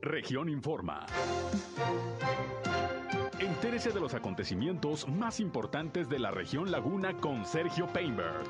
Región Informa. Entérese de los acontecimientos más importantes de la región Laguna con Sergio Painberg.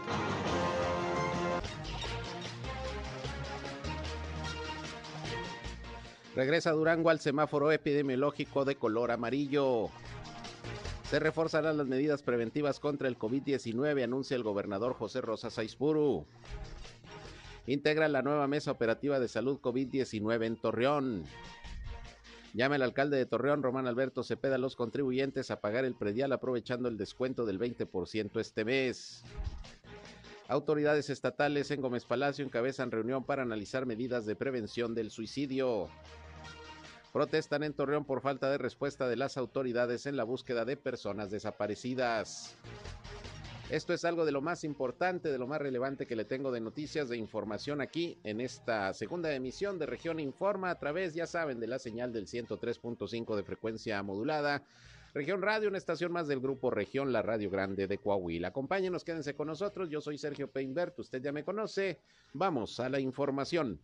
Regresa Durango al semáforo epidemiológico de color amarillo. Se reforzarán las medidas preventivas contra el COVID-19, anuncia el gobernador José Rosa Saizpuru. Integra la nueva mesa operativa de salud COVID-19 en Torreón. Llama el alcalde de Torreón, Román Alberto Cepeda, a los contribuyentes a pagar el predial aprovechando el descuento del 20% este mes. Autoridades estatales en Gómez Palacio encabezan reunión para analizar medidas de prevención del suicidio. Protestan en Torreón por falta de respuesta de las autoridades en la búsqueda de personas desaparecidas. Esto es algo de lo más importante, de lo más relevante que le tengo de noticias, de información aquí en esta segunda emisión de Región Informa a través, ya saben, de la señal del 103.5 de frecuencia modulada. Región Radio, una estación más del grupo Región, la Radio Grande de Coahuila. Acompáñenos, quédense con nosotros. Yo soy Sergio Painberg, usted ya me conoce. Vamos a la información.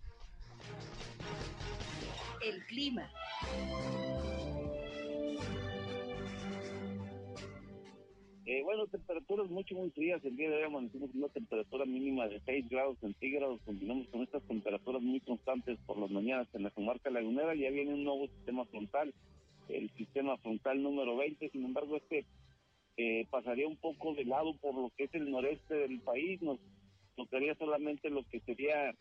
El clima. Bueno, temperaturas muy frías. El día de hoy amanecimos con una temperatura mínima de 6 grados centígrados. Continuamos con estas temperaturas muy constantes por las mañanas en la comarca lagunera. Ya viene un nuevo sistema frontal, el sistema frontal número 20. Sin embargo, pasaría un poco de lado por lo que es el noreste del país. Nos tocaría solamente lo que sería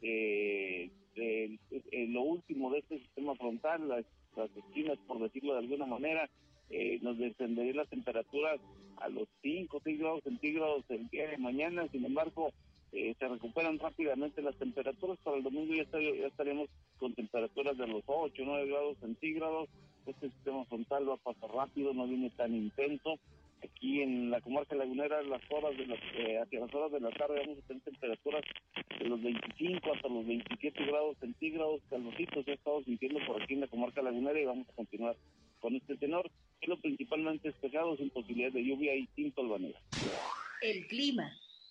lo último de este sistema frontal, las esquinas, por decirlo de alguna manera. Nos descendería las temperaturas a los 5 o 6 grados centígrados el día de mañana. Sin embargo, se recuperan rápidamente las temperaturas. Para el domingo ya estaremos con temperaturas de los 8 o 9 grados centígrados. Este sistema frontal va a pasar rápido, no viene tan intenso. Aquí en la comarca lagunera, hacia las horas de la tarde vamos a tener temperaturas de los 25 hasta los 27 grados centígrados. Calorcitos ya estamos sintiendo por aquí en la comarca lagunera y vamos a continuar con este tenor. Cielo principalmente despejado, sin posibilidad de lluvia y sin tolvanera. El clima.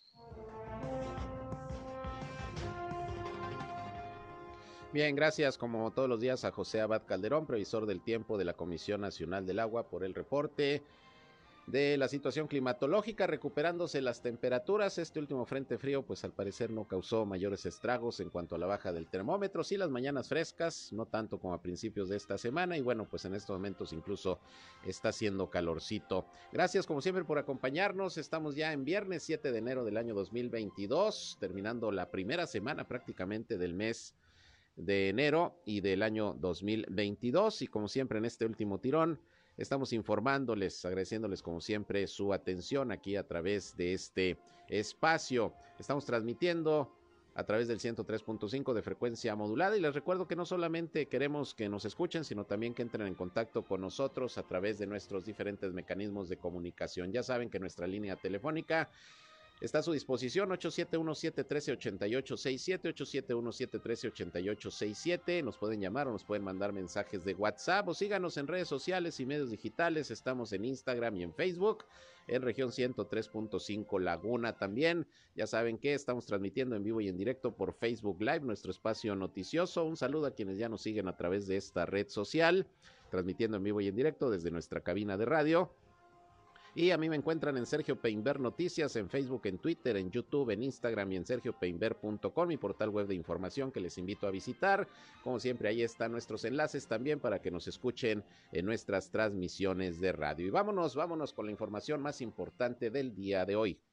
Bien, gracias como todos los días a José Abad Calderón, previsor del tiempo de la Comisión Nacional del Agua, por el reporte de la situación climatológica, recuperándose las temperaturas. Este último frente frío, pues al parecer no causó mayores estragos en cuanto a la baja del termómetro. Sí, las mañanas frescas, no tanto como a principios de esta semana, y bueno, pues en estos momentos incluso está haciendo calorcito. Gracias como siempre por acompañarnos. Estamos ya en viernes 7 de enero del año 2022, terminando la primera semana prácticamente del mes de enero y del año 2022, y como siempre en este último tirón estamos informándoles, agradeciéndoles como siempre su atención aquí a través de este espacio. Estamos transmitiendo a través del 103.5 de frecuencia modulada, y les recuerdo que no solamente queremos que nos escuchen, sino también que entren en contacto con nosotros a través de nuestros diferentes mecanismos de comunicación. Ya saben que nuestra línea telefónica está a su disposición, 871-713-8867, 871-713-8867. Nos pueden llamar o nos pueden mandar mensajes de WhatsApp, o síganos en redes sociales y medios digitales. Estamos en Instagram y en Facebook, en región 103.5 Laguna también. Ya saben que estamos transmitiendo en vivo y en directo por Facebook Live, nuestro espacio noticioso. Un saludo a quienes ya nos siguen a través de esta red social, transmitiendo en vivo y en directo desde nuestra cabina de radio. Y a mí me encuentran en Sergio Painberg Noticias, en Facebook, en Twitter, en YouTube, en Instagram y en sergiopainberg.com, mi portal web de información que les invito a visitar. Como siempre, ahí están nuestros enlaces también para que nos escuchen en nuestras transmisiones de radio. Y vámonos con la información más importante del día de hoy.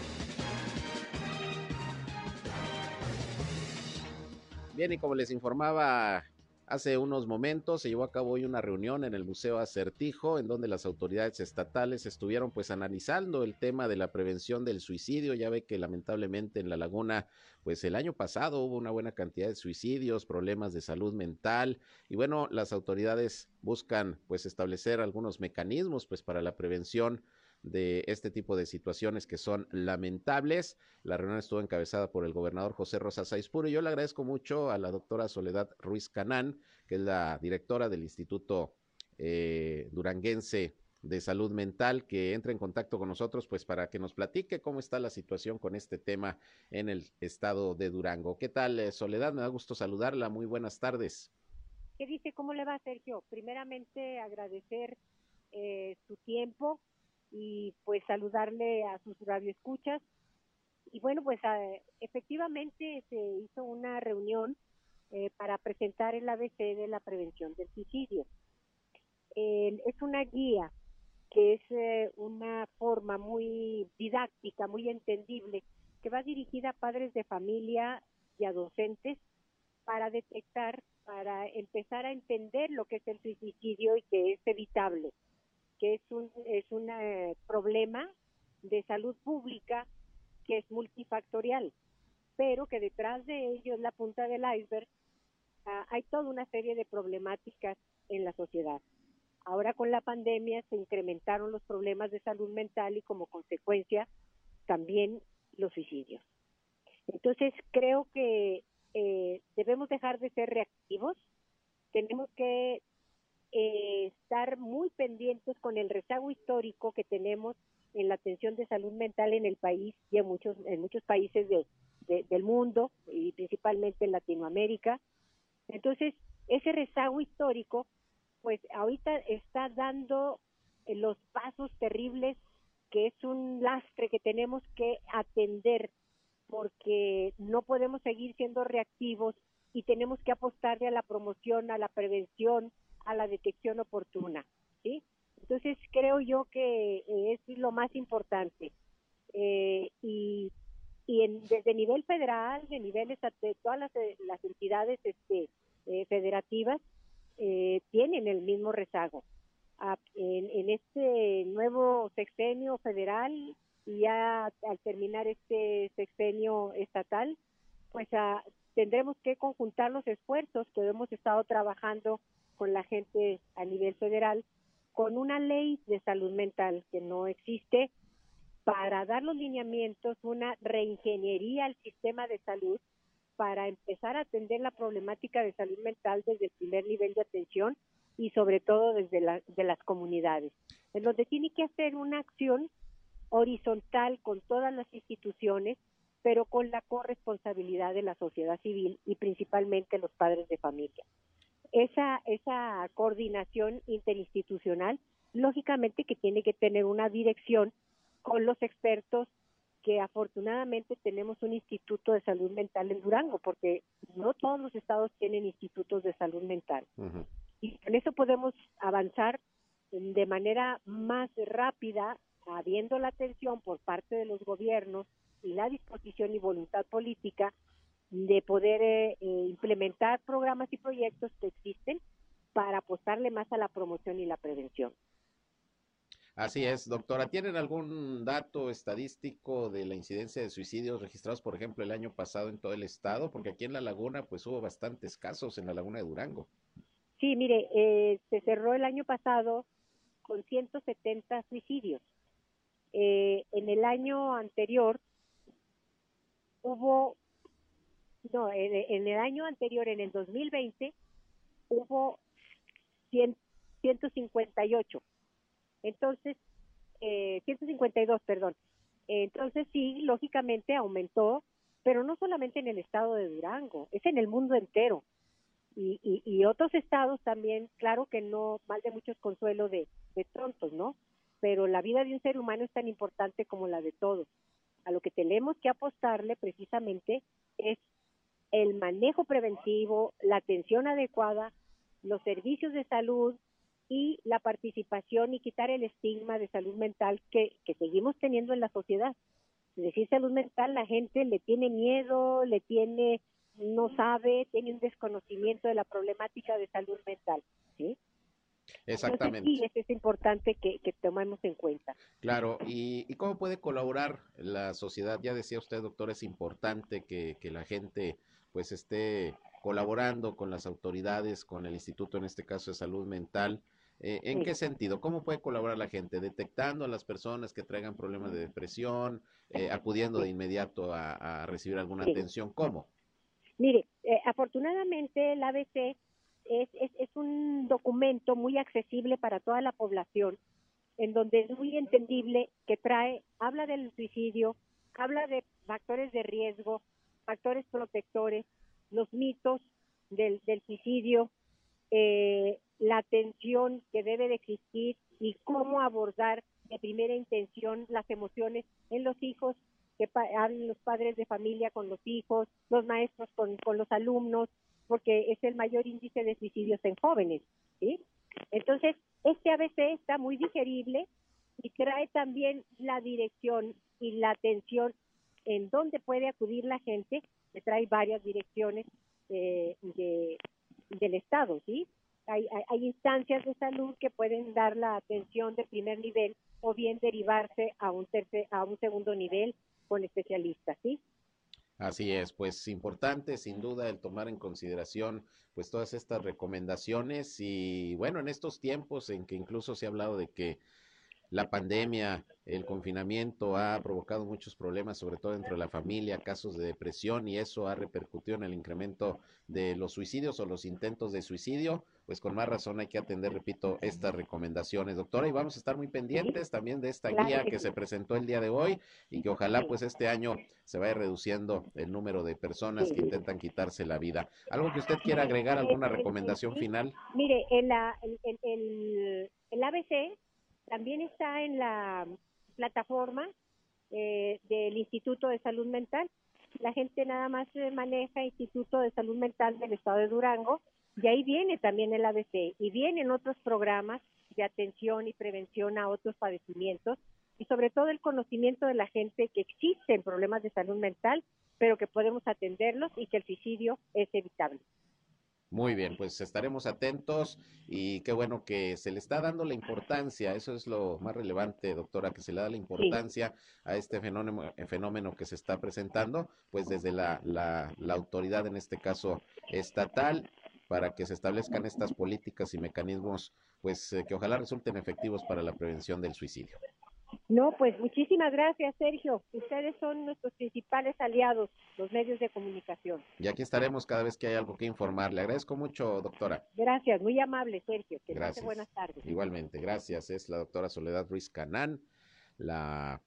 Bien, y como les informaba hace unos momentos, se llevó a cabo hoy una reunión en el Museo Acertijo, en donde las autoridades estatales estuvieron pues analizando el tema de la prevención del suicidio. Ya ve que lamentablemente en la laguna, pues el año pasado hubo una buena cantidad de suicidios, problemas de salud mental, y bueno, las autoridades buscan pues establecer algunos mecanismos pues para la prevención de este tipo de situaciones que son lamentables. La reunión estuvo encabezada por el gobernador José Rosa Saizpuru, y yo le agradezco mucho a la doctora Soledad Ruiz Canán, que es la directora del Instituto Duranguense de Salud Mental, que entre en contacto con nosotros pues para que nos platique cómo está la situación con este tema en el estado de Durango. ¿Qué tal, Soledad? Me da gusto saludarla, muy buenas tardes. ¿Qué dice? ¿Cómo le va, Sergio? Primeramente, agradecer su tiempo y pues saludarle a sus radioescuchas. Y bueno, pues efectivamente se hizo una reunión para presentar el ABC de la prevención del suicidio. Es una guía que es una forma muy didáctica, muy entendible, que va dirigida a padres de familia y a docentes para detectar, para empezar a entender lo que es el suicidio y que es evitable, que es un problema de salud pública que es multifactorial, pero que detrás de ello es la punta del iceberg. Hay toda una serie de problemáticas en la sociedad. Ahora con la pandemia se incrementaron los problemas de salud mental y como consecuencia también los suicidios. Entonces creo que debemos dejar de ser reactivos, tenemos que estar muy pendientes con el rezago histórico que tenemos en la atención de salud mental en el país y en muchos países del mundo y principalmente en Latinoamérica. Entonces, ese rezago histórico, pues ahorita está dando los pasos terribles, que es un lastre que tenemos que atender, porque no podemos seguir siendo reactivos y tenemos que apostarle a la promoción, a la prevención, a la detección oportuna, ¿sí? Entonces creo yo que es lo más importante. Desde nivel federal, de niveles de todas las entidades federativas tienen el mismo rezago. En este nuevo sexenio federal y ya al terminar este sexenio estatal, pues tendremos que conjuntar los esfuerzos que hemos estado trabajando con la gente a nivel federal, con una ley de salud mental que no existe, para dar los lineamientos, una reingeniería al sistema de salud para empezar a atender la problemática de salud mental desde el primer nivel de atención y sobre todo desde de las comunidades, en donde tiene que hacer una acción horizontal con todas las instituciones, pero con la corresponsabilidad de la sociedad civil y principalmente los padres de familia. Esa coordinación interinstitucional, lógicamente que tiene que tener una dirección con los expertos, que afortunadamente tenemos un instituto de salud mental en Durango, porque no todos los estados tienen institutos de salud mental. Uh-huh. Y con eso podemos avanzar de manera más rápida, habiendo la atención por parte de los gobiernos y la disposición y voluntad política de poder implementar programas y proyectos que existen para apostarle más a la promoción y la prevención. Así es, doctora. ¿Tienen algún dato estadístico de la incidencia de suicidios registrados, por ejemplo, el año pasado en todo el estado? Porque aquí en La Laguna, pues hubo bastantes casos en La Laguna de Durango. Sí, mire, se cerró el año pasado con 170 suicidios. En el año anterior en el 2020, hubo 158. Entonces, 152, perdón. Entonces sí, lógicamente aumentó, pero no solamente en el estado de Durango, es en el mundo entero. Y otros estados también, claro que no, mal de muchos consuelo de tontos, ¿no? Pero la vida de un ser humano es tan importante como la de todos. A lo que tenemos que apostarle precisamente es el manejo preventivo, la atención adecuada, los servicios de salud y la participación y quitar el estigma de salud mental que seguimos teniendo en la sociedad. Es decir, salud mental, la gente le tiene miedo, no sabe, tiene un desconocimiento de la problemática de salud mental, ¿sí? Exactamente. Entonces, sí, es importante que tomemos en cuenta. Claro, ¿y cómo puede colaborar la sociedad? Ya decía usted, doctor, es importante que la gente pues esté colaborando con las autoridades, con el instituto, en este caso de salud mental. ¿En qué sentido? ¿Cómo puede colaborar la gente? ¿Detectando a las personas que traigan problemas de depresión, acudiendo de inmediato a recibir alguna atención? ¿Cómo? Mire, afortunadamente el ABC es un documento muy accesible para toda la población, en donde es muy entendible, que habla del suicidio, habla de factores de riesgo, factores protectores, los mitos del suicidio, la atención que debe de existir y cómo abordar de primera intención las emociones en los hijos, que hablen los padres de familia con los hijos, los maestros con los alumnos, porque es el mayor índice de suicidios en jóvenes, ¿sí? Entonces, este ABC está muy digerible y trae también la dirección y la atención en dónde puede acudir la gente, que trae varias direcciones del Estado, ¿sí? Hay instancias de salud que pueden dar la atención de primer nivel o bien derivarse a un segundo nivel con especialistas, ¿sí? Así es, pues importante sin duda el tomar en consideración pues todas estas recomendaciones y bueno, en estos tiempos en que incluso se ha hablado de que la pandemia, el confinamiento ha provocado muchos problemas, sobre todo dentro de la familia, casos de depresión y eso ha repercutido en el incremento de los suicidios o los intentos de suicidio, pues con más razón hay que atender, repito, estas recomendaciones, doctora, y vamos a estar muy pendientes también de esta guía que se presentó el día de hoy y que ojalá pues este año se vaya reduciendo el número de personas que intentan quitarse la vida. ¿Algo que usted quiera agregar, alguna recomendación final? Mire, el ABC también está en la plataforma del Instituto de Salud Mental. La gente nada más maneja Instituto de Salud Mental del Estado de Durango y ahí viene también el ABC y vienen otros programas de atención y prevención a otros padecimientos y sobre todo el conocimiento de la gente que existen problemas de salud mental, pero que podemos atenderlos y que el suicidio es evitable. Muy bien, pues estaremos atentos y qué bueno que se le está dando la importancia, eso es lo más relevante, doctora, que se le da la importancia a este fenómeno que se está presentando, pues desde la autoridad, en este caso estatal, para que se establezcan estas políticas y mecanismos, pues que ojalá resulten efectivos para la prevención del suicidio. No, pues muchísimas gracias, Sergio. Ustedes son nuestros principales aliados, los medios de comunicación. Y aquí estaremos cada vez que hay algo que informar. Le agradezco mucho, doctora. Gracias, muy amable, Sergio. Que Gracias. pase buenas tardes. Igualmente, gracias. Es la doctora Soledad Ruiz Canán, la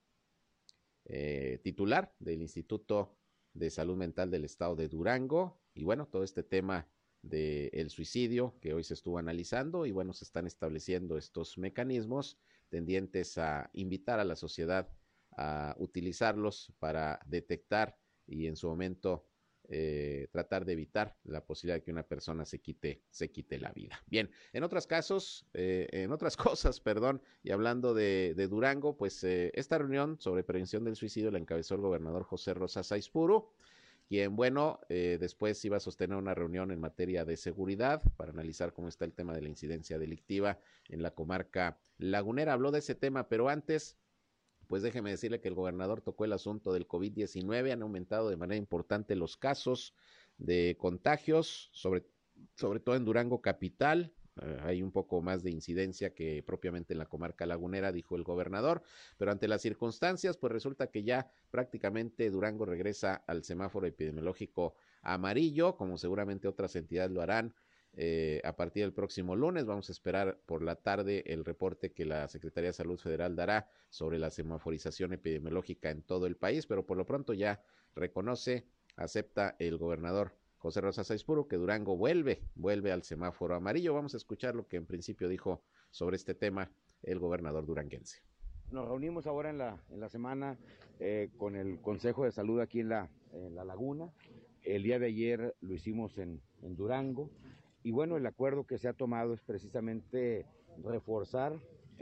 titular del Instituto de Salud Mental del Estado de Durango. Y bueno, todo este tema del suicidio que hoy se estuvo analizando y bueno, se están estableciendo estos mecanismos tendientes a invitar a la sociedad a utilizarlos para detectar y en su momento tratar de evitar la posibilidad de que una persona se quite la vida. Bien, en otros casos, en otras cosas, perdón, y hablando de Durango, pues esta reunión sobre prevención del suicidio la encabezó el gobernador José Rosa Saizpuru, quien, bueno, después iba a sostener una reunión en materia de seguridad para analizar cómo está el tema de la incidencia delictiva en la comarca lagunera. Habló de ese tema, pero antes, pues déjeme decirle que el gobernador tocó el asunto del COVID-19, han aumentado de manera importante los casos de contagios, sobre todo en Durango capital. Hay un poco más de incidencia que propiamente en la comarca lagunera, dijo el gobernador, pero ante las circunstancias, pues resulta que ya prácticamente Durango regresa al semáforo epidemiológico amarillo, como seguramente otras entidades lo harán a partir del próximo lunes. Vamos a esperar por la tarde el reporte que la Secretaría de Salud Federal dará sobre la semaforización epidemiológica en todo el país, pero por lo pronto ya acepta el gobernador José Rosa Saizpuru que Durango vuelve al semáforo amarillo. Vamos a escuchar lo que en principio dijo sobre este tema el gobernador duranguense. Nos reunimos ahora en la semana con el Consejo de Salud aquí en la Laguna. El día de ayer lo hicimos en Durango. Y bueno, el acuerdo que se ha tomado es precisamente reforzar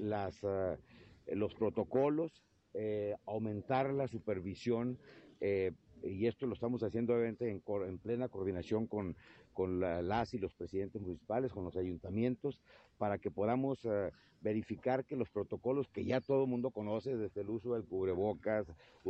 los protocolos, aumentar la supervisión, y esto lo estamos haciendo obviamente en plena coordinación con las y los presidentes municipales, con los ayuntamientos, para que podamos verificar que los protocolos que ya todo el mundo conoce, desde el uso del cubrebocas,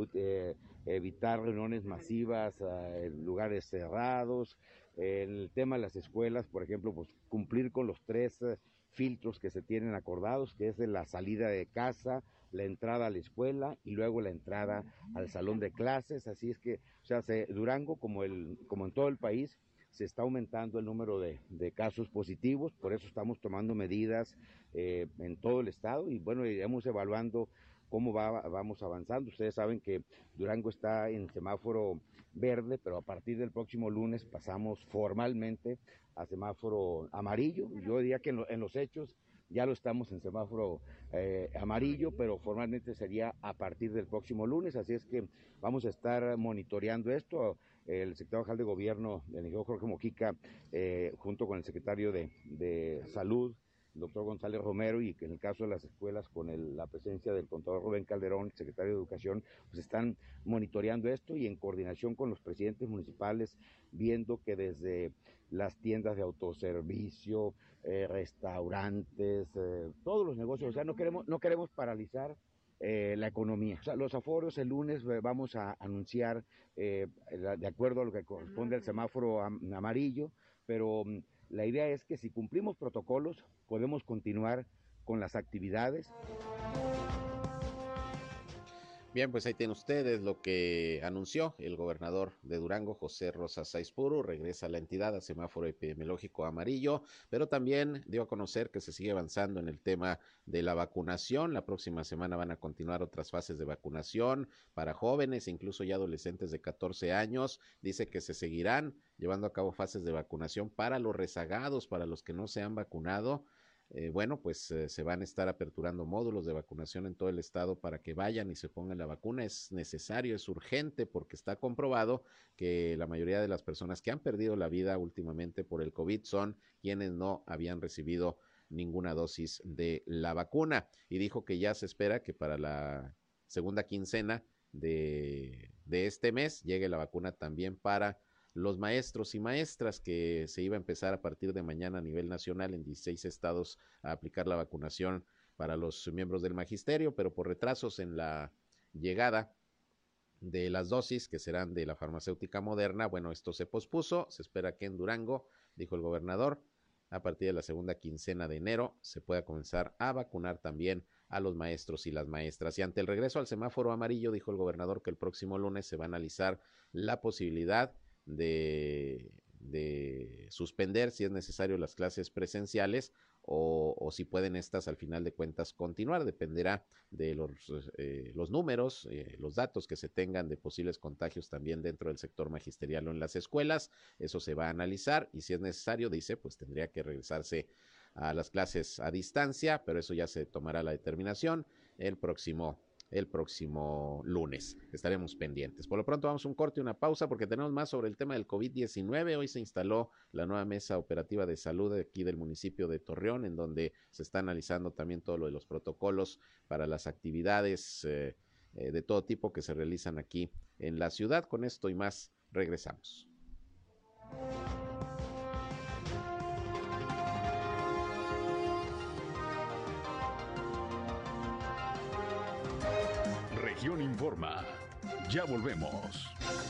evitar reuniones masivas en lugares cerrados, en el tema de las escuelas, por ejemplo, pues cumplir con los 3 filtros que se tienen acordados, que es de la salida de casa, la entrada a la escuela y luego la entrada al salón de clases. Así es que, o sea, Durango, como en todo el país, se está aumentando el número de casos positivos, por eso estamos tomando medidas en todo el estado y bueno, iremos evaluando cómo vamos avanzando. Ustedes saben que Durango está en semáforo verde, pero a partir del próximo lunes pasamos formalmente a semáforo amarillo. Yo diría que en los hechos ya lo estamos en semáforo amarillo, pero formalmente sería a partir del próximo lunes, así es que vamos a estar monitoreando esto. El secretario general de Gobierno, el ingeniero Jorge Mojica, junto con el secretario de Salud, el doctor González Romero, y que en el caso de las escuelas con la presencia del contador Rubén Calderón, secretario de Educación, pues están monitoreando esto y en coordinación con los presidentes municipales, viendo que desde las tiendas de autoservicio, restaurantes, todos los negocios, o sea, no queremos paralizar la economía. O sea, los aforos el lunes vamos a anunciar de acuerdo a lo que corresponde al semáforo amarillo, pero la idea es que si cumplimos protocolos podemos continuar con las actividades. Bien, pues ahí tienen ustedes lo que anunció el gobernador de Durango, José Rosa Saizpuru. Regresa a la entidad a semáforo epidemiológico amarillo, pero también dio a conocer que se sigue avanzando en el tema de la vacunación. La próxima semana van a continuar otras fases de vacunación para jóvenes, incluso ya adolescentes de 14 años. Dice que se seguirán llevando a cabo fases de vacunación para los rezagados, para los que no se han vacunado. Se van a estar aperturando módulos de vacunación en todo el estado para que vayan y se pongan la vacuna. Es necesario, es urgente, porque está comprobado que la mayoría de las personas que han perdido la vida últimamente por el COVID son quienes no habían recibido ninguna dosis de la vacuna. Y dijo que ya se espera que para la segunda quincena de este mes llegue la vacuna también para los maestros y maestras, que se iba a empezar a partir de mañana a nivel nacional en 16 estados a aplicar la vacunación para los miembros del magisterio, pero por retrasos en la llegada de las dosis que serán de la farmacéutica Moderna, bueno, esto se pospuso. Se espera que en Durango, dijo el gobernador, a partir de la segunda quincena de enero se pueda comenzar a vacunar también a los maestros y las maestras. Y ante el regreso al semáforo amarillo, dijo el gobernador que el próximo lunes se va a analizar la posibilidad de suspender, si es necesario, las clases presenciales o si pueden estas al final de cuentas continuar. Dependerá de los números, los datos que se tengan de posibles contagios también dentro del sector magisterial o en las escuelas. Eso se va a analizar y si es necesario, dice, pues tendría que regresarse a las clases a distancia, pero eso ya se tomará la determinación el próximo lunes. Estaremos pendientes. Por lo pronto vamos a un corte y una pausa porque tenemos más sobre el tema del COVID-19. Hoy se instaló la nueva mesa operativa de salud aquí del municipio de Torreón, en donde se está analizando también todo lo de los protocolos para las actividades de todo tipo que se realizan aquí en la ciudad. Con esto y más, regresamos. Región Informa. Ya volvemos.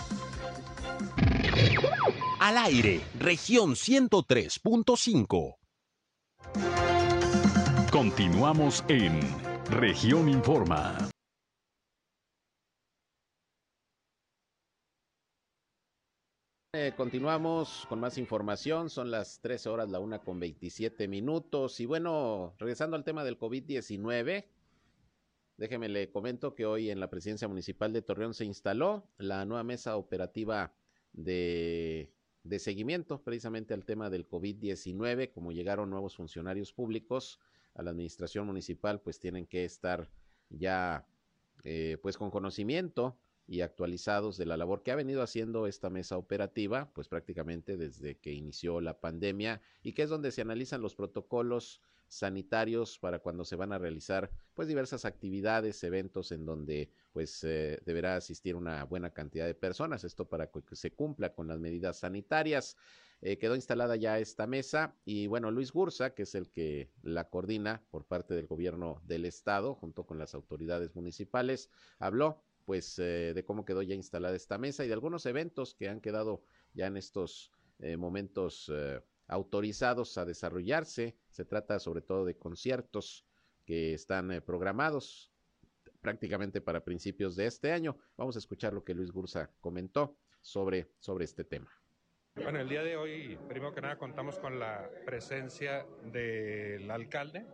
Al aire, región 103.5. Continuamos en Región Informa. Continuamos con más información. Son las 13 horas, la 1:27. Y bueno, regresando al tema del COVID-19, déjeme le comento que hoy en la presidencia municipal de Torreón se instaló la nueva mesa operativa de seguimiento precisamente al tema del COVID-19. Como llegaron nuevos funcionarios públicos a la administración municipal, pues tienen que estar ya pues con conocimiento y actualizados de la labor que ha venido haciendo esta mesa operativa, pues prácticamente desde que inició la pandemia, y que es donde se analizan los protocolos sanitarios para cuando se van a realizar pues diversas actividades, eventos en donde pues deberá asistir una buena cantidad de personas, esto para que se cumpla con las medidas sanitarias. Quedó instalada ya esta mesa y bueno, Luis Gursa, que es el que la coordina por parte del gobierno del estado junto con las autoridades municipales, habló pues de cómo quedó ya instalada esta mesa y de algunos eventos que han quedado ya en estos momentos autorizados a desarrollarse. Se trata sobre todo de conciertos que están programados prácticamente para principios de este año. Vamos a escuchar lo que Luis Gursa comentó sobre este tema. Bueno, el día de hoy, primero que nada, contamos con la presencia del alcalde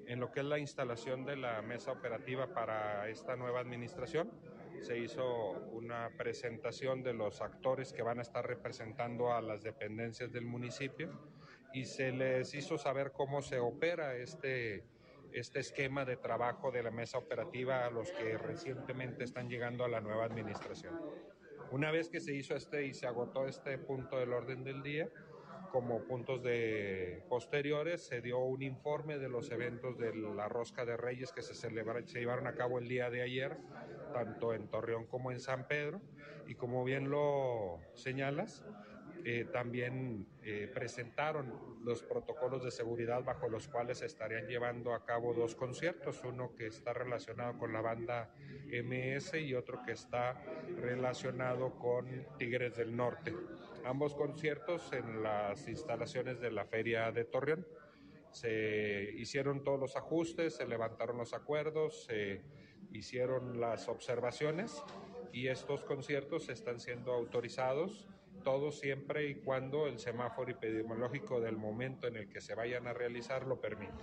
En lo que es la instalación de la mesa operativa para esta nueva administración, se hizo una presentación de los actores que van a estar representando a las dependencias del municipio y se les hizo saber cómo se opera este esquema de trabajo de la mesa operativa a los que recientemente están llegando a la nueva administración. Una vez que se hizo y se agotó este punto del orden del día, como puntos posteriores, se dio un informe de los eventos de la Rosca de Reyes que se llevaron a cabo el día de ayer, tanto en Torreón como en San Pedro, y como bien lo señalas, también presentaron los protocolos de seguridad bajo los cuales se estarían llevando a cabo 2 conciertos, uno que está relacionado con la banda MS y otro que está relacionado con Tigres del Norte. Ambos conciertos en las instalaciones de la Feria de Torreón. Se hicieron todos los ajustes, se levantaron los acuerdos, se hicieron las observaciones y estos conciertos están siendo autorizados, todo siempre y cuando el semáforo epidemiológico del momento en el que se vayan a realizar lo permita.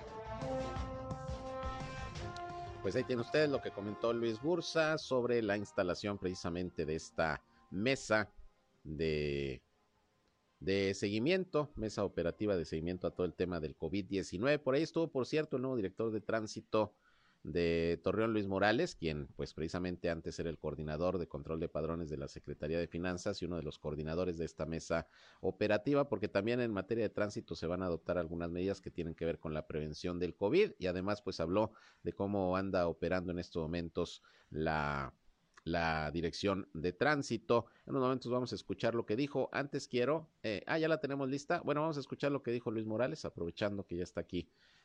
Pues ahí tienen ustedes lo que comentó Luis Bursa sobre la instalación precisamente de esta mesa de seguimiento, mesa operativa de seguimiento a todo el tema del COVID-19. Por ahí estuvo, por cierto, el nuevo director de tránsito de Torreón, Luis Morales, quien pues precisamente antes era el coordinador de control de padrones de la Secretaría de Finanzas y uno de los coordinadores de esta mesa operativa, porque también en materia de tránsito se van a adoptar algunas medidas que tienen que ver con la prevención del COVID y además pues habló de cómo anda operando en estos momentos la dirección de tránsito. En unos momentos vamos a escuchar lo que dijo. Antes quiero, ya la tenemos lista. Bueno, vamos a escuchar lo que dijo Luis Morales, aprovechando que ya está aquí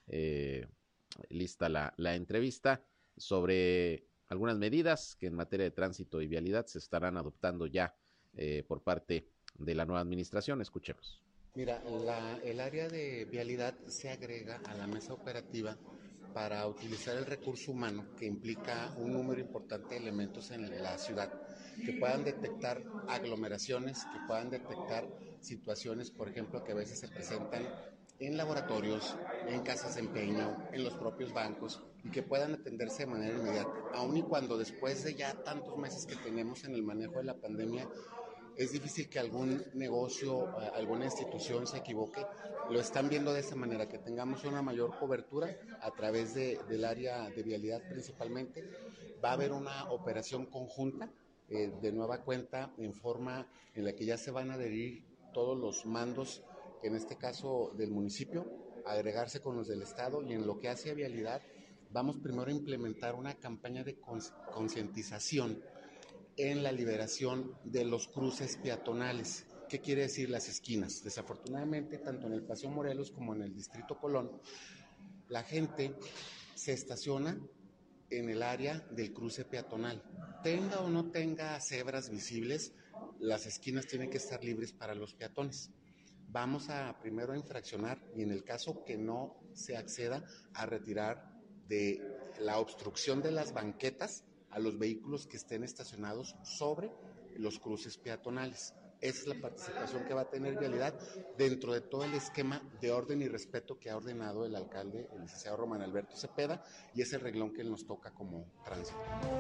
lista la entrevista sobre algunas medidas que en materia de tránsito y vialidad se estarán adoptando ya por parte de la nueva administración. Escuchemos. Mira, el área de vialidad se agrega a la mesa operativa para utilizar el recurso humano que implica un número importante de elementos en la ciudad que puedan detectar aglomeraciones, que puedan detectar situaciones, por ejemplo, que a veces se presentan en laboratorios, en casas de empeño, en los propios bancos y que puedan atenderse de manera inmediata, aun y cuando después de ya tantos meses que tenemos en el manejo de la pandemia es difícil que algún negocio, alguna institución se equivoque. Lo están viendo de esa manera, que tengamos una mayor cobertura a través del área de vialidad principalmente. Va a haber una operación conjunta de nueva cuenta en forma en la que ya se van a adherir todos los mandos, que en este caso del municipio, agregarse con los del estado, y en lo que hace a vialidad vamos primero a implementar una campaña de concientización en la liberación de los cruces peatonales. ¿Qué quiere decir las esquinas? Desafortunadamente, tanto en el Paseo Morelos como en el Distrito Colón, la gente se estaciona en el área del cruce peatonal. Tenga o no tenga cebras visibles, las esquinas tienen que estar libres para los peatones. Vamos a primero a infraccionar y en el caso que no se acceda a retirar de la obstrucción de las banquetas a los vehículos que estén estacionados sobre los cruces peatonales. Esa es la participación que va a tener vialidad dentro de todo el esquema de orden y respeto que ha ordenado el alcalde, el licenciado Román Alberto Cepeda, y es el reglón que nos toca como tránsito.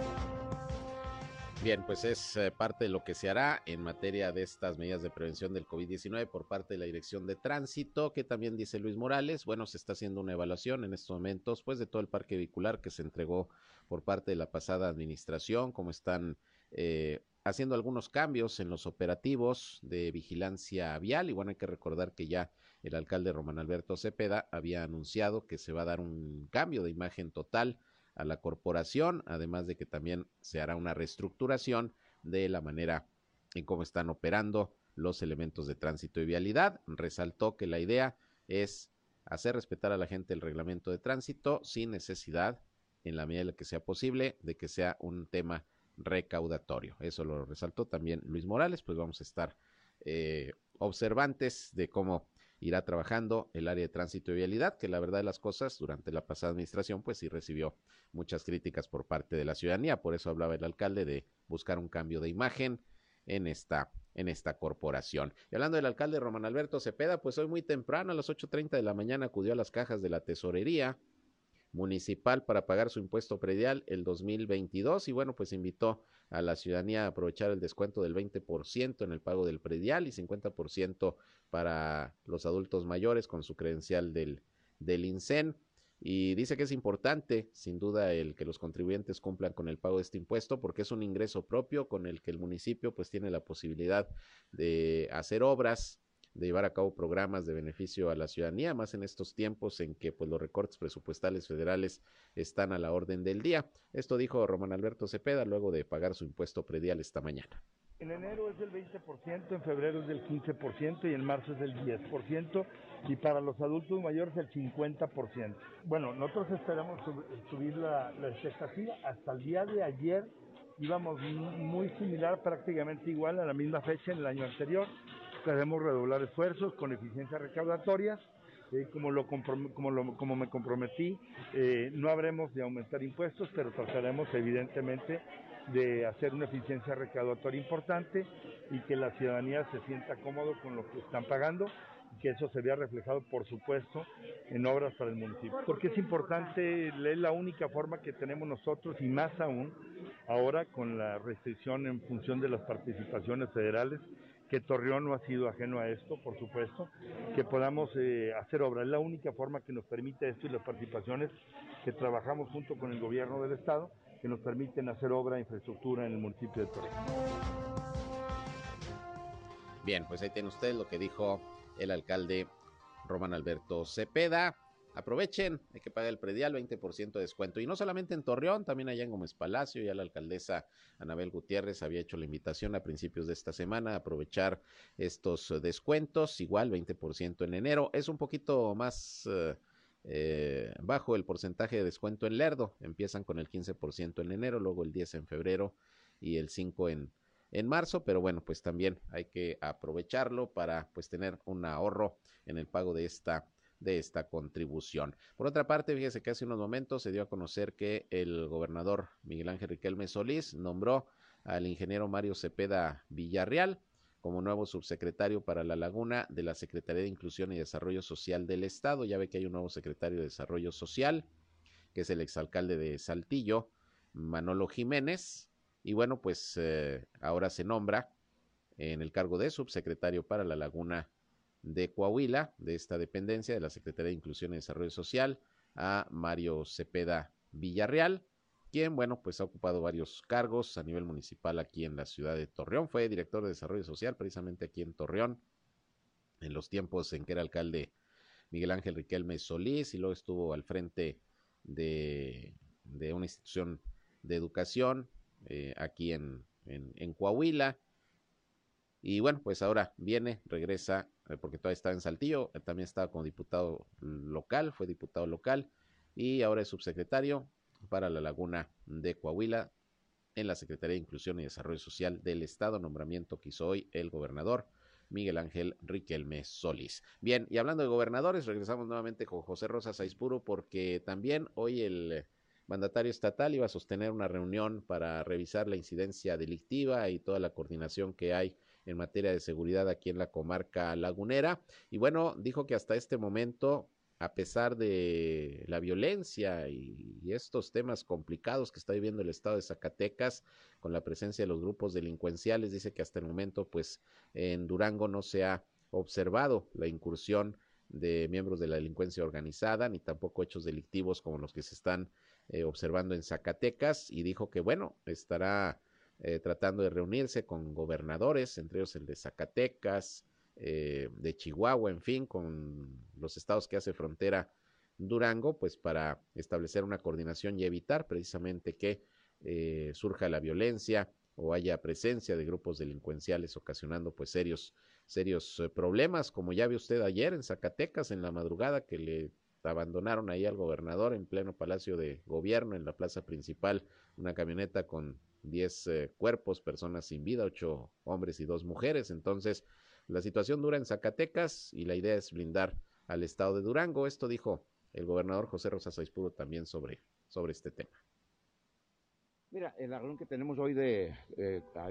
Bien, pues es parte de lo que se hará en materia de estas medidas de prevención del COVID-19 por parte de la Dirección de Tránsito, que también dice Luis Morales, bueno, se está haciendo una evaluación en estos momentos, pues de todo el parque vehicular que se entregó por parte de la pasada administración, como están haciendo algunos cambios en los operativos de vigilancia vial, y bueno, hay que recordar que ya el alcalde Román Alberto Cepeda había anunciado que se va a dar un cambio de imagen total a la corporación, además de que también se hará una reestructuración de la manera en cómo están operando los elementos de tránsito y vialidad. Resaltó que la idea es hacer respetar a la gente el reglamento de tránsito sin necesidad, en la medida en la que sea posible, de que sea un tema recaudatorio. Eso lo resaltó también Luis Morales, pues vamos a estar observantes de cómo irá trabajando el área de tránsito y vialidad, que la verdad de las cosas, durante la pasada administración, pues sí recibió muchas críticas por parte de la ciudadanía, por eso hablaba el alcalde de buscar un cambio de imagen en esta corporación. Y hablando del alcalde Román Alberto Cepeda, pues hoy muy temprano, a las 8:30 de la mañana, acudió a las cajas de la tesorería municipal para pagar su impuesto predial el 2022 y bueno, pues invitó a la ciudadanía a aprovechar el descuento del 20% en el pago del predial y 50% para los adultos mayores con su credencial del INSEN. Y dice que es importante, sin duda, el que los contribuyentes cumplan con el pago de este impuesto porque es un ingreso propio con el que el municipio pues tiene la posibilidad de hacer obras, de llevar a cabo programas de beneficio a la ciudadanía, más en estos tiempos en que pues los recortes presupuestales federales están a la orden del día. Esto dijo Román Alberto Cepeda luego de pagar su impuesto predial esta mañana. En enero es del 20%, en febrero es del 15% y en marzo es del 10%, y para los adultos mayores el 50%. Bueno, nosotros esperamos subir la expectativa. Hasta el día de ayer íbamos muy similar, prácticamente igual a la misma fecha en el año anterior. Queremos redoblar esfuerzos con eficiencias recaudatorias. Como me comprometí, no habremos de aumentar impuestos, pero trataremos evidentemente de hacer una eficiencia recaudatoria importante y que la ciudadanía se sienta cómodo con lo que están pagando y que eso se vea reflejado, por supuesto, en obras para el municipio. Porque es importante, es la única forma que tenemos nosotros y más aún ahora con la restricción en función de las participaciones federales, que Torreón no ha sido ajeno a esto, por supuesto, que podamos hacer obra. Es la única forma que nos permite esto y las participaciones que trabajamos junto con el gobierno del estado, que nos permiten hacer obra e infraestructura en el municipio de Torreón. Bien, pues ahí tiene usted lo que dijo el alcalde Román Alberto Cepeda. Aprovechen, hay que pagar el predial, 20% de descuento. Y no solamente en Torreón, también allá en Gómez Palacio, ya la alcaldesa Anabel Gutiérrez había hecho la invitación a principios de esta semana a aprovechar estos descuentos, igual 20% en enero. Es un poquito más bajo el porcentaje de descuento en Lerdo, empiezan con el 15% en enero, luego el 10% en febrero y el 5% en marzo, pero bueno, pues también hay que aprovecharlo para pues tener un ahorro en el pago de esta contribución. Por otra parte, fíjese que hace unos momentos se dio a conocer que el gobernador Miguel Ángel Riquelme Solís nombró al ingeniero Mario Cepeda Villarreal como nuevo subsecretario para La Laguna de la Secretaría de Inclusión y Desarrollo Social del Estado. Ya ve que hay un nuevo secretario de Desarrollo Social, que es el exalcalde de Saltillo, Manolo Jiménez, y bueno, pues ahora se nombra en el cargo de subsecretario para La Laguna de Coahuila, de esta dependencia de la Secretaría de Inclusión y Desarrollo Social, a Mario Cepeda Villarreal, quien, bueno, pues ha ocupado varios cargos a nivel municipal aquí en la ciudad de Torreón. Fue director de Desarrollo Social precisamente aquí en Torreón, en los tiempos en que era alcalde Miguel Ángel Riquelme Solís, y luego estuvo al frente de una institución de educación aquí en Coahuila. Y bueno, pues ahora regresa, porque todavía estaba en Saltillo, también estaba como diputado local, fue diputado local, y ahora es subsecretario para La Laguna de Coahuila en la Secretaría de Inclusión y Desarrollo Social del Estado, nombramiento que hizo hoy el gobernador Miguel Ángel Riquelme Solís. Bien, y hablando de gobernadores, regresamos nuevamente con José Rosa Saizpuro, porque también hoy el mandatario estatal iba a sostener una reunión para revisar la incidencia delictiva y toda la coordinación que hay en materia de seguridad aquí en la comarca lagunera. Y bueno, dijo que hasta este momento, a pesar de la violencia y estos temas complicados que está viviendo el estado de Zacatecas con la presencia de los grupos delincuenciales, dice que hasta el momento pues en Durango no se ha observado la incursión de miembros de la delincuencia organizada, ni tampoco hechos delictivos como los que se están observando en Zacatecas, y dijo que bueno, estará tratando de reunirse con gobernadores, entre ellos el de Zacatecas, de Chihuahua, en fin, con los estados que hace frontera Durango, pues para establecer una coordinación y evitar precisamente que surja la violencia o haya presencia de grupos delincuenciales ocasionando pues serios problemas, como ya vio usted ayer en Zacatecas en la madrugada, que le abandonaron ahí al gobernador en pleno Palacio de Gobierno, en la plaza principal, una camioneta con 10 cuerpos, personas sin vida, 8 hombres y 2 mujeres. Entonces la situación dura en Zacatecas y la idea es blindar al estado de Durango. Esto dijo el gobernador José Rosa Saizpuro también sobre este tema. Mira, en la reunión que tenemos hoy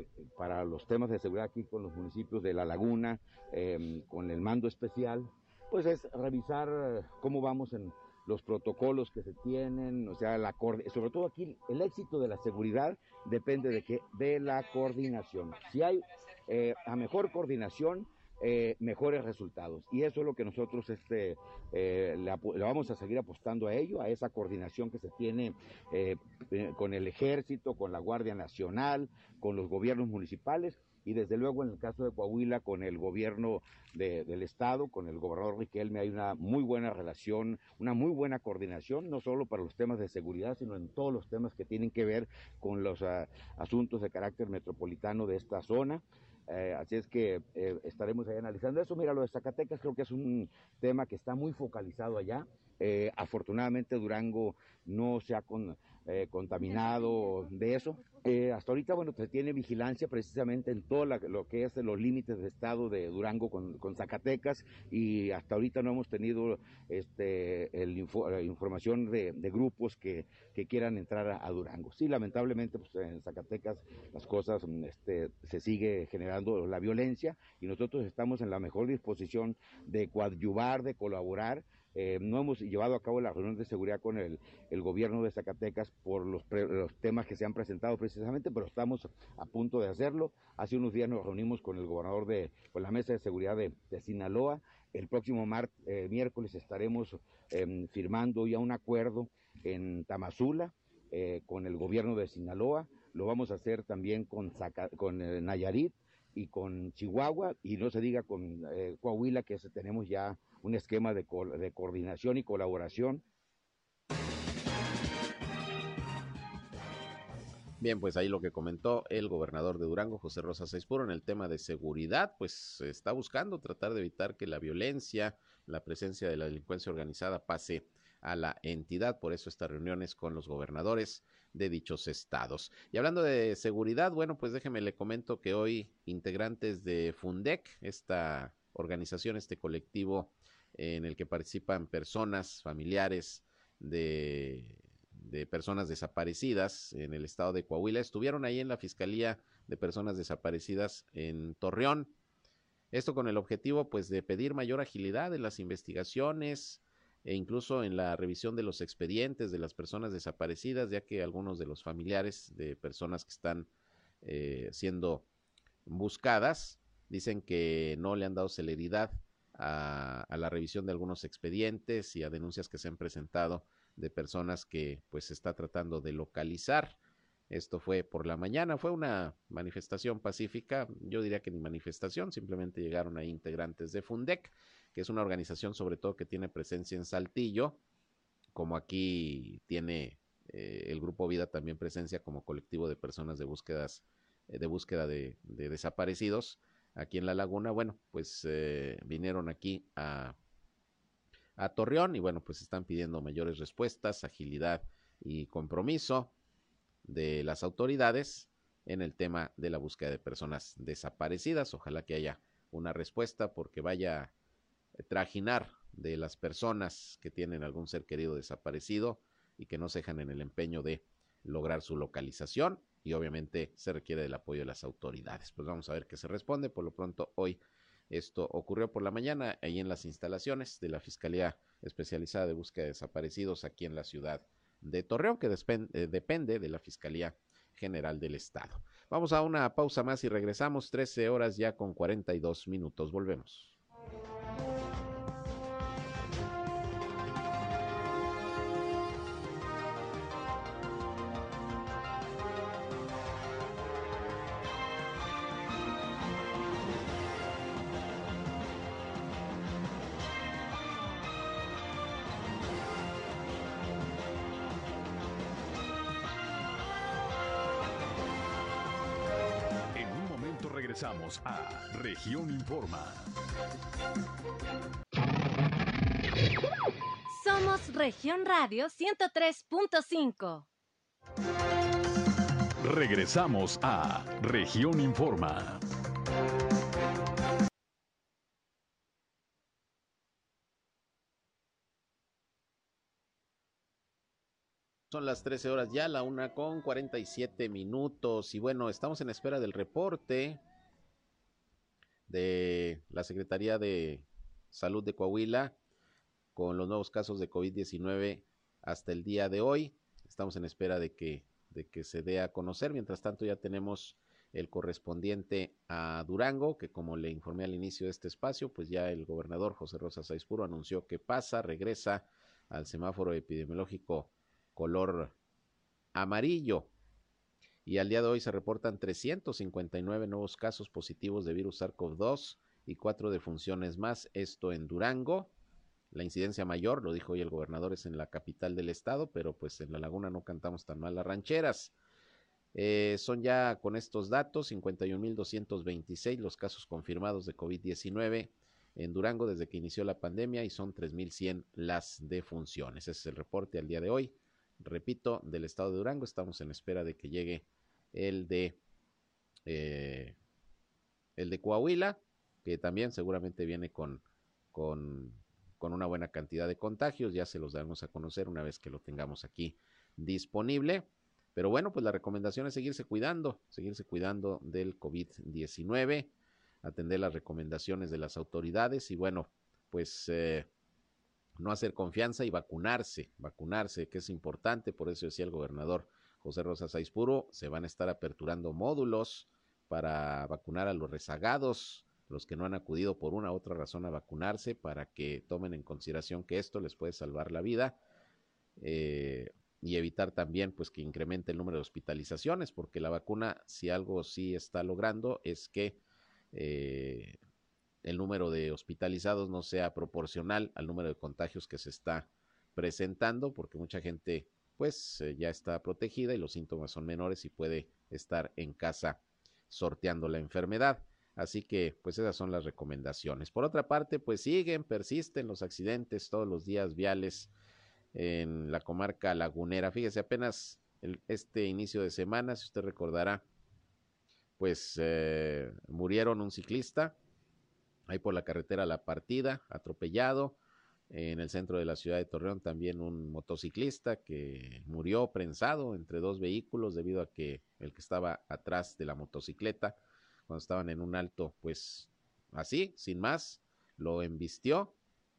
para los temas de seguridad aquí con los municipios de La Laguna, con el mando especial, pues es revisar cómo vamos en los protocolos que se tienen, o sea, sobre todo aquí el éxito de la seguridad depende de la coordinación. Si hay a mejor coordinación, mejores resultados, y eso es lo que nosotros le vamos a seguir apostando a ello, a esa coordinación que se tiene con el Ejército, con la Guardia Nacional, con los gobiernos municipales, y desde luego en el caso de Coahuila con el gobierno del estado, con el gobernador Riquelme hay una muy buena relación, una muy buena coordinación, no solo para los temas de seguridad, sino en todos los temas que tienen que ver con los asuntos de carácter metropolitano de esta zona. Así es que estaremos ahí analizando eso. Mira, lo de Zacatecas creo que es un tema que está muy focalizado allá. Afortunadamente Durango no se ha contaminado de eso. Hasta ahorita, bueno, se tiene vigilancia precisamente en todo lo que es los límites de estado de Durango con Zacatecas, y hasta ahorita no hemos tenido la información de grupos que quieran entrar a Durango. Sí, lamentablemente, pues en Zacatecas las cosas se sigue generando la violencia, y nosotros estamos en la mejor disposición de coadyuvar, de colaborar. No hemos llevado a cabo la reunión de seguridad con el gobierno de Zacatecas por los temas que se han presentado precisamente, pero estamos a punto de hacerlo. Hace unos días nos reunimos con el gobernador con la mesa de seguridad de Sinaloa. El próximo miércoles estaremos firmando ya un acuerdo en Tamazula con el gobierno de Sinaloa. Lo vamos a hacer también con Nayarit y con Chihuahua, y no se diga con Coahuila, que tenemos ya un esquema de coordinación y colaboración. Bien, pues ahí lo que comentó el gobernador de Durango, José Rosa Saizpuro, en el tema de seguridad, pues está buscando tratar de evitar que la violencia, la presencia de la delincuencia organizada pase a la entidad. Por eso estas reuniones con los gobernadores de dichos estados. Y hablando de seguridad, bueno, pues déjeme le comento que hoy integrantes de Fundec, esta organización, este colectivo en el que participan personas, familiares de personas desaparecidas en el estado de Coahuila, estuvieron ahí en la Fiscalía de Personas Desaparecidas en Torreón. Esto con el objetivo, pues, de pedir mayor agilidad en las investigaciones e incluso en la revisión de los expedientes de las personas desaparecidas, ya que algunos de los familiares de personas que están siendo buscadas dicen que no le han dado celeridad a la revisión de algunos expedientes y a denuncias que se han presentado de personas que pues se está tratando de localizar. Esto fue por la mañana, fue una manifestación pacífica, yo diría que ni manifestación, simplemente llegaron ahí integrantes de Fundec, que es una organización sobre todo que tiene presencia en Saltillo, como aquí tiene el Grupo Vida también presencia como colectivo de personas de búsqueda de desaparecidos aquí en La Laguna. Bueno, pues vinieron aquí a Torreón y bueno, pues están pidiendo mayores respuestas, agilidad y compromiso de las autoridades en el tema de la búsqueda de personas desaparecidas. Ojalá que haya una respuesta, porque vaya trajinar de las personas que tienen algún ser querido desaparecido y que no se dejan en el empeño de lograr su localización, y obviamente se requiere del apoyo de las autoridades. Pues vamos a ver qué se responde. Por lo pronto hoy esto ocurrió por la mañana ahí en las instalaciones de la Fiscalía Especializada de Búsqueda de Desaparecidos aquí en la ciudad de Torreón, que depende de la Fiscalía General del Estado. Vamos a una pausa más y regresamos. 13 horas ya con 42 minutos. Volvemos. Regresamos a Región Informa. Somos Región Radio 103.5. Regresamos a Región Informa. Son las 13 horas ya, la 1:47. Y bueno, estamos en espera del reporte de la Secretaría de Salud de Coahuila con los nuevos casos de COVID-19 hasta el día de hoy. Estamos en espera de que se dé a conocer. Mientras tanto, ya tenemos el correspondiente a Durango, que como le informé al inicio de este espacio, pues ya el gobernador José Rosa Saizpuro anunció que regresa al semáforo epidemiológico color amarillo. Y al día de hoy se reportan 359 nuevos casos positivos de virus SARS-CoV-2 y 4 defunciones más, esto en Durango. La incidencia mayor, lo dijo hoy el gobernador, es en la capital del estado, pero pues en La Laguna no cantamos tan mal las rancheras. Son ya con estos datos 51,226 los casos confirmados de COVID-19 en Durango desde que inició la pandemia y son 3,100 las defunciones. Ese es el reporte al día de hoy. Repito, del estado de Durango. Estamos en espera de que llegue el de Coahuila, que también seguramente viene con una buena cantidad de contagios. Ya se los daremos a conocer una vez que lo tengamos aquí disponible. Pero bueno, pues la recomendación es seguirse cuidando del COVID-19, atender las recomendaciones de las autoridades y bueno, pues no hacer confianza y vacunarse, que es importante. Por eso decía el gobernador José Rosa Saizpuro, se van a estar aperturando módulos para vacunar a los rezagados, los que no han acudido por una u otra razón a vacunarse, para que tomen en consideración que esto les puede salvar la vida y evitar también pues que incremente el número de hospitalizaciones, porque la vacuna, si algo sí está logrando, es que el número de hospitalizados no sea proporcional al número de contagios que se está presentando, porque mucha gente pues ya está protegida y los síntomas son menores y puede estar en casa sorteando la enfermedad. Así que pues esas son las recomendaciones. Por otra parte, pues persisten los accidentes todos los días viales en la comarca lagunera. Fíjese, apenas este inicio de semana, si usted recordará, pues murieron un ciclista ahí por la carretera La Partida, atropellado. En el centro de la ciudad de Torreón también un motociclista que murió prensado entre dos vehículos debido a que el que estaba atrás de la motocicleta, cuando estaban en un alto, pues así, sin más, lo embistió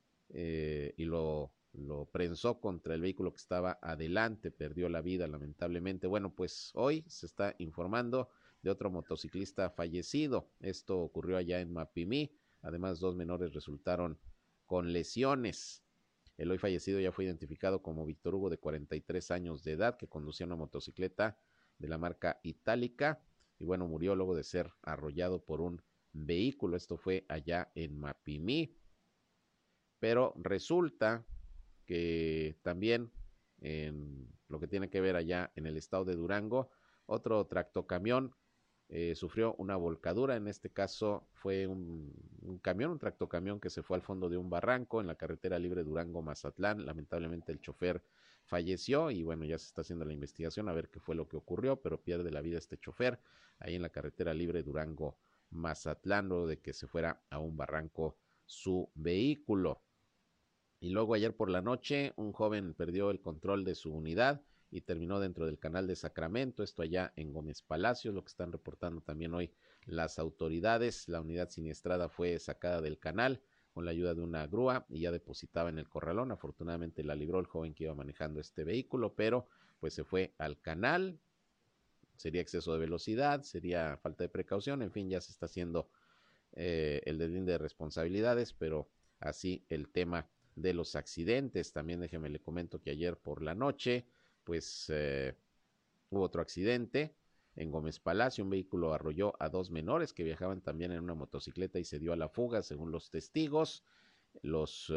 y lo prensó contra el vehículo que estaba adelante, perdió la vida lamentablemente. Bueno, pues hoy se está informando de otro motociclista fallecido. Esto ocurrió allá en Mapimí. Además, 2 menores resultaron con lesiones. El hoy fallecido ya fue identificado como Víctor Hugo, de 43 años de edad, que conducía una motocicleta de la marca Itálica y bueno, murió luego de ser arrollado por un vehículo. Esto fue allá en Mapimí. Pero resulta que también en lo que tiene que ver allá en el estado de Durango, otro tractocamión sufrió una volcadura. En este caso fue un tractocamión que se fue al fondo de un barranco en la carretera libre Durango-Mazatlán. Lamentablemente el chofer falleció y bueno, ya se está haciendo la investigación a ver qué fue lo que ocurrió, pero pierde la vida este chofer ahí en la carretera libre Durango-Mazatlán, luego de que se fuera a un barranco su vehículo. Y luego ayer por la noche un joven perdió el control de su unidad y terminó dentro del canal de Sacramento, esto allá en Gómez Palacios, lo que están reportando también hoy las autoridades. La unidad siniestrada fue sacada del canal con la ayuda de una grúa y ya depositaba en el corralón. Afortunadamente la libró el joven que iba manejando este vehículo, pero pues se fue al canal. Sería exceso de velocidad, sería falta de precaución, en fin, ya se está haciendo el deslinde de responsabilidades, pero así el tema de los accidentes. También déjeme le comento que ayer por la noche pues hubo otro accidente en Gómez Palacio. Un vehículo arrolló a 2 menores que viajaban también en una motocicleta y se dio a la fuga, según los testigos. Los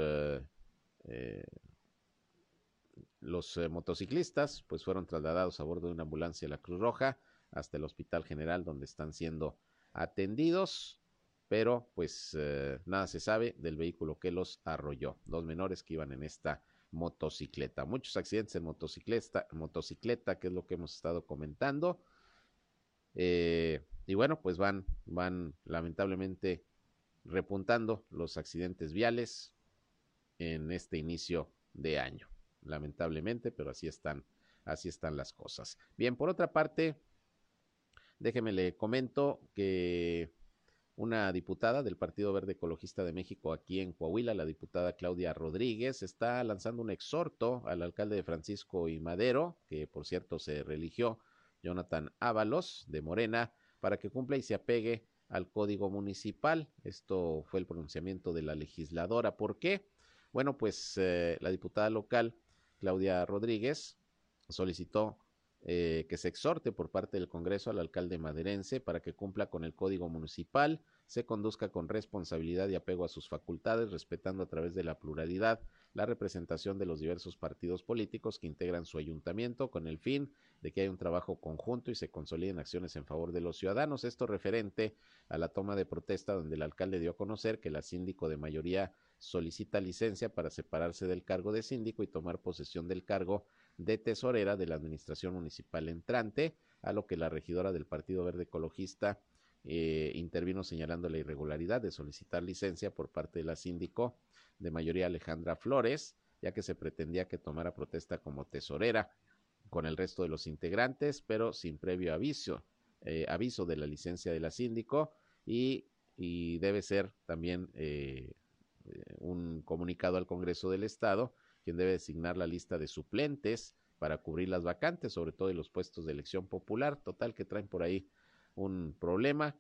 motociclistas pues fueron trasladados a bordo de una ambulancia de la Cruz Roja hasta el Hospital General, donde están siendo atendidos, pero pues nada se sabe del vehículo que los arrolló. 2 menores que iban en esta motocicleta. Muchos accidentes en motocicleta, que es lo que hemos estado comentando. Y bueno, pues van lamentablemente repuntando los accidentes viales en este inicio de año. Lamentablemente, pero así están las cosas. Bien, por otra parte, déjeme le comento que una diputada del Partido Verde Ecologista de México aquí en Coahuila, la diputada Claudia Rodríguez, está lanzando un exhorto al alcalde de Francisco y Madero, que por cierto se reeligió, Jonathan Ábalos, de Morena, para que cumpla y se apegue al Código Municipal. Esto fue el pronunciamiento de la legisladora. ¿Por qué? Bueno, pues la diputada local, Claudia Rodríguez, solicitó que se exhorte por parte del Congreso al alcalde maderense para que cumpla con el Código Municipal, se conduzca con responsabilidad y apego a sus facultades, respetando a través de la pluralidad la representación de los diversos partidos políticos que integran su ayuntamiento, con el fin de que haya un trabajo conjunto y se consoliden acciones en favor de los ciudadanos. Esto referente a la toma de protesta, donde el alcalde dio a conocer que la síndico de mayoría solicita licencia para separarse del cargo de síndico y tomar posesión del cargo de tesorera de la administración municipal entrante, a lo que la regidora del Partido Verde Ecologista intervino señalando la irregularidad de solicitar licencia por parte de la síndico de mayoría Alejandra Flores, ya que se pretendía que tomara protesta como tesorera con el resto de los integrantes, pero sin previo aviso de la licencia de la síndico, y debe ser también un comunicado al Congreso del Estado, quien debe designar la lista de suplentes para cubrir las vacantes, sobre todo en los puestos de elección popular. Total que traen por ahí un problema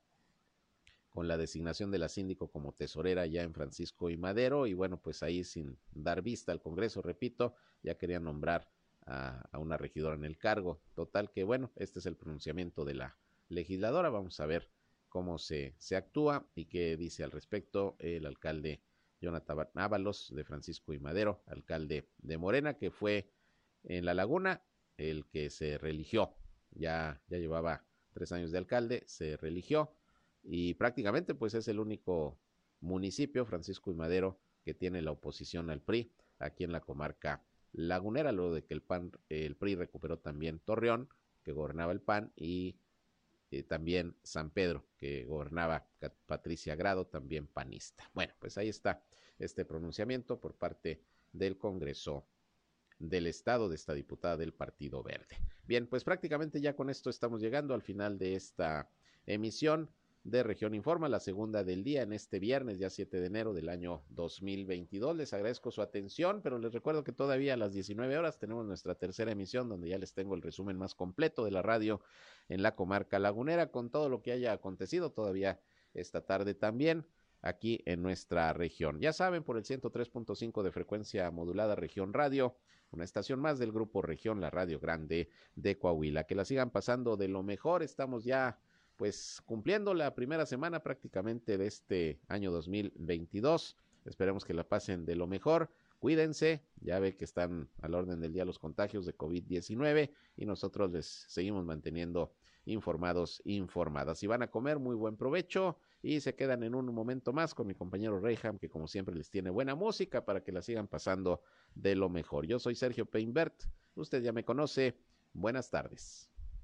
con la designación de la síndico como tesorera ya en Francisco y Madero, y bueno, pues ahí sin dar vista al Congreso, repito, ya querían nombrar a una regidora en el cargo. Total que bueno, este es el pronunciamiento de la legisladora. Vamos a ver cómo se actúa y qué dice al respecto el alcalde Jonathan Ábalos de Francisco y Madero, alcalde de Morena, que fue en La Laguna el que se reeligió. Ya llevaba 3 años de alcalde, se reeligió y prácticamente pues es el único municipio, Francisco y Madero, que tiene la oposición al PRI aquí en la comarca lagunera, luego de que el PRI recuperó también Torreón, que gobernaba el PAN, y también San Pedro, que gobernaba Patricia Grado, también panista. Bueno, pues ahí está este pronunciamiento por parte del Congreso del Estado de esta diputada del Partido Verde. Bien, pues prácticamente ya con esto estamos llegando al final de esta emisión de Región Informa, la segunda del día en este viernes, ya 7 de enero del año 2022. Les agradezco su atención, pero les recuerdo que todavía a las 19 horas tenemos nuestra tercera emisión, donde ya les tengo el resumen más completo de la radio en la comarca lagunera, con todo lo que haya acontecido todavía esta tarde también aquí en nuestra región. Ya saben, por el 103.5 de frecuencia modulada Región Radio, una estación más del Grupo Región, la Radio Grande de Coahuila. Que la sigan pasando de lo mejor. Estamos ya pues cumpliendo la primera semana prácticamente de este año 2022. Esperemos que la pasen de lo mejor. Cuídense, ya ve que están a la orden del día los contagios de COVID-19 y nosotros les seguimos manteniendo informados, informadas. Si van a comer, muy buen provecho y se quedan en un momento más con mi compañero Reyham, que como siempre les tiene buena música para que la sigan pasando de lo mejor. Yo soy Sergio Peinbert, usted ya me conoce. Buenas tardes.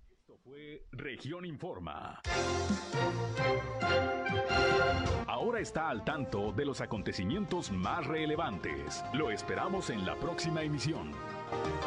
Fue Región Informa. Ahora está al tanto de los acontecimientos más relevantes. Lo esperamos en la próxima emisión.